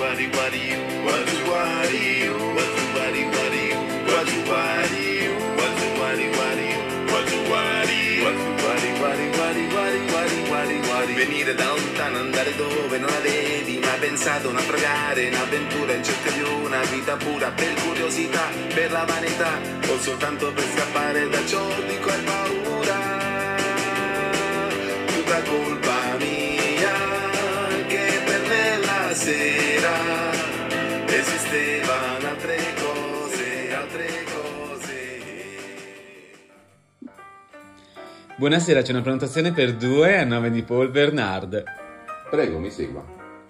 Venire da lontano, andare dove non avevi mai pensato, naufragare in avventura in cerca di una vita pura, per curiosità, per la vanità, o soltanto per scappare da ciò di cui hai paura. Tutta colpa mia, che per me la sera esistevano altre cose, altre cose. Buonasera, c'è una prenotazione per 2 a nome di Paul Bernard. Prego, mi segua.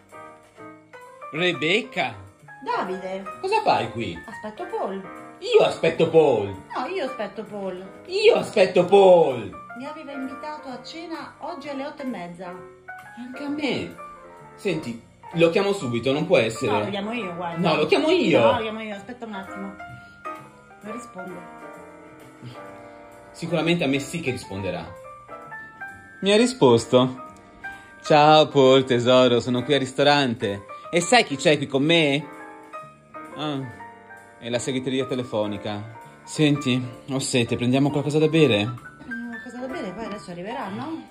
Rebecca, Davide, cosa fai qui? aspetto Paul. Io aspetto Paul. No, io aspetto Paul. Io aspetto Paul. Mi aveva invitato a cena oggi alle 8:30. Anche a me. Senti, lo chiamo subito, non può essere. No, lo chiamo io, guarda. No, lo chiamo io. No, lo chiamo io, aspetta un attimo. Non risponde. Sicuramente a me sì che risponderà. Mi ha risposto. Ciao Paul, tesoro, sono qui al ristorante. E sai chi c'è qui con me? Ah, è la segreteria telefonica. Senti, ho sete, prendiamo qualcosa da bere? Qualcosa da bere, poi adesso arriverà, no?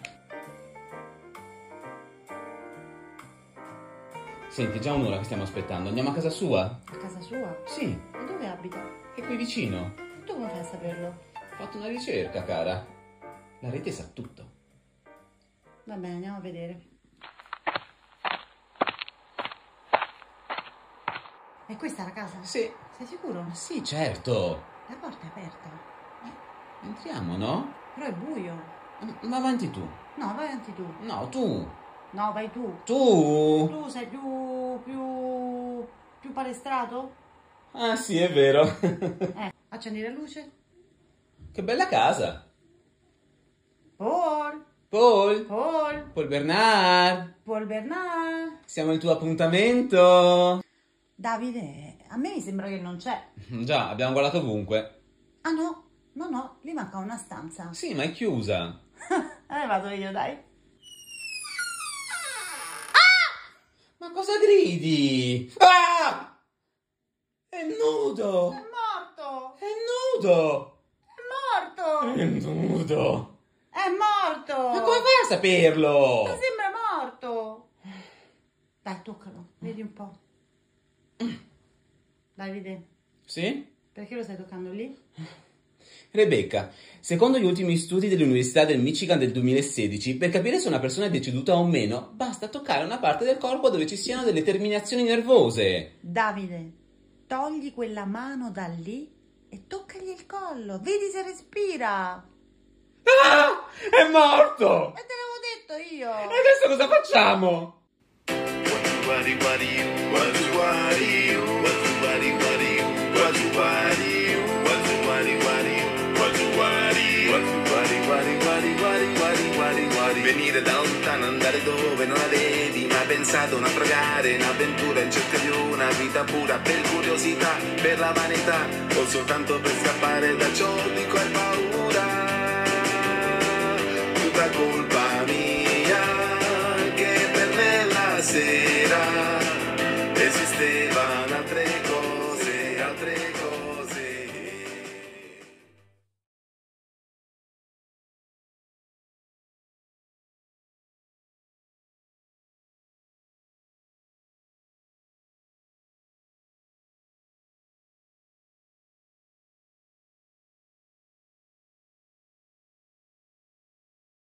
Senti, è già un'ora che stiamo aspettando. Andiamo a casa sua? A casa sua? Sì, E dove abita? è qui vicino. Tu come fai a saperlo? Ho fatto una ricerca, cara. La rete sa tutto. Va bene, andiamo a vedere. E questa è la casa? Sì. Sei sicuro? Sì, certo. La porta è aperta. Entriamo, no? Però è buio. Va avanti tu. No, vai avanti tu. No, tu. No, vai tu. Tu. Tu sei più palestrato? Ah, sì, è vero. Accendi la luce. Che bella casa. Paul, Paul. Paul, Paul Bernard. Paul Bernard. Siamo al tuo appuntamento. Davide, a me mi sembra che non c'è. Già, abbiamo guardato ovunque. Ah no, no, lì manca una stanza. Sì, ma è chiusa. Vado io, dai. Ma cosa gridi? Ah! È nudo. È morto! È nudo. È morto! È nudo. È morto! Ma come fai a saperlo? Mi sembra morto! Dai, toccalo, vedi un po'. Davide, Sì? perché lo stai toccando lì? Rebecca, secondo gli ultimi studi dell'Università del Michigan del 2016, per capire se una persona è deceduta o meno, basta toccare una parte del corpo dove ci siano delle terminazioni nervose. Davide, togli quella mano da lì e toccagli il collo, vedi se respira. Ah! È morto! E te l'avevo detto io! E adesso cosa facciamo? Venire da lontano, andare dove non avevi mai pensato, naufragare in avventura in cerca di una vita pura, per curiosità, per la vanità, o soltanto per scappare da ciò di cui hai paura. Tutta colpa mia, che per me la sera esisteva